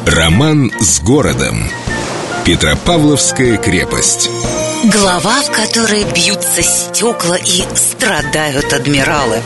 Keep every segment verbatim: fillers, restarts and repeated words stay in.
Роман с городом. Петропавловская крепость. Глава, в которой бьются стекла и страдают адмиралы.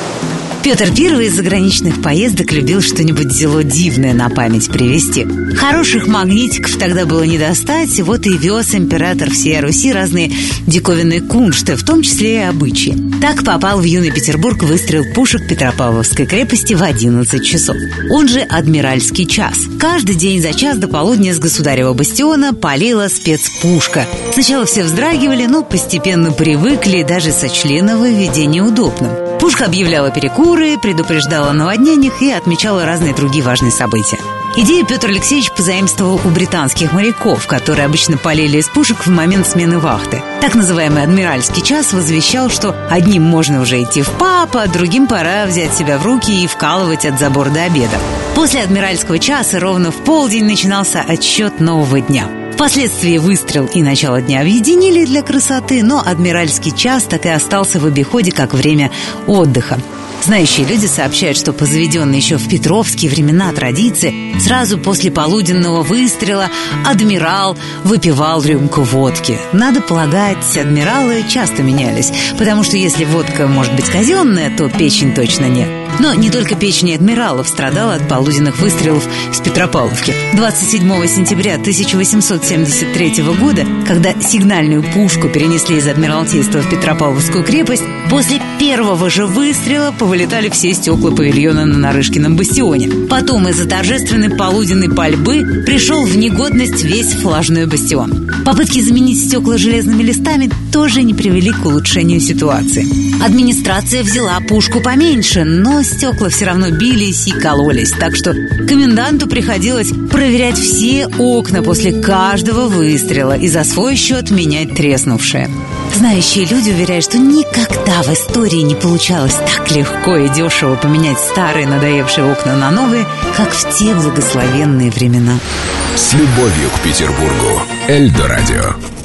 Петр Первый из заграничных поездок любил что-нибудь зело дивное на память привезти. Хороших магнитиков тогда было не достать, вот и вез император всей Руси разные диковинные куншты, в том числе и обычаи. Так попал в юный Петербург выстрел пушек Петропавловской крепости в одиннадцать часов. Он же адмиральский час. Каждый день за час до полудня с государева бастиона палила спецпушка. Сначала все вздрагивали, но постепенно привыкли и даже сочли нововведение удобным. Пушка объявляла перекуры, предупреждала о наводнениях и отмечала разные другие важные события. Идею Петр Алексеевич позаимствовал у британских моряков, которые обычно палили из пушек в момент смены вахты. Так называемый адмиральский час возвещал, что одним можно уже идти в паб, а другим пора взять себя в руки и вкалывать от забора до обеда. После адмиральского часа ровно в полдень начинался отсчет нового дня. Впоследствии выстрел и начало дня объединили для красоты, но адмиральский час так и остался в обиходе как время отдыха. Знающие люди сообщают, что по заведенной еще в петровские времена традиции, сразу после полуденного выстрела адмирал выпивал рюмку водки. Надо полагать, адмиралы часто менялись, потому что если водка может быть казенная, то печень точно нет. Но не только печень адмиралов страдала от полуденных выстрелов с Петропавловки. двадцать седьмого сентября тысяча восемьсот семьдесят третьего года, когда сигнальную пушку перенесли из Адмиралтейства в Петропавловскую крепость, после первого же выстрела повылетали все стекла павильона на Нарышкином бастионе. Потом из-за торжественной полуденной пальбы пришел в негодность весь флажной бастион. Попытки заменить стекла железными листами тоже не привели к улучшению ситуации. Администрация взяла пушку поменьше, но стекла все равно бились и кололись, так что коменданту приходилось проверять все окна после каждого выстрела и за свой счет менять треснувшие. Знающие люди уверяют, что никогда в истории не получалось так легко и дешево поменять старые надоевшие окна на новые, как в те благословенные времена. С любовью к Петербургу. Эльдо радио.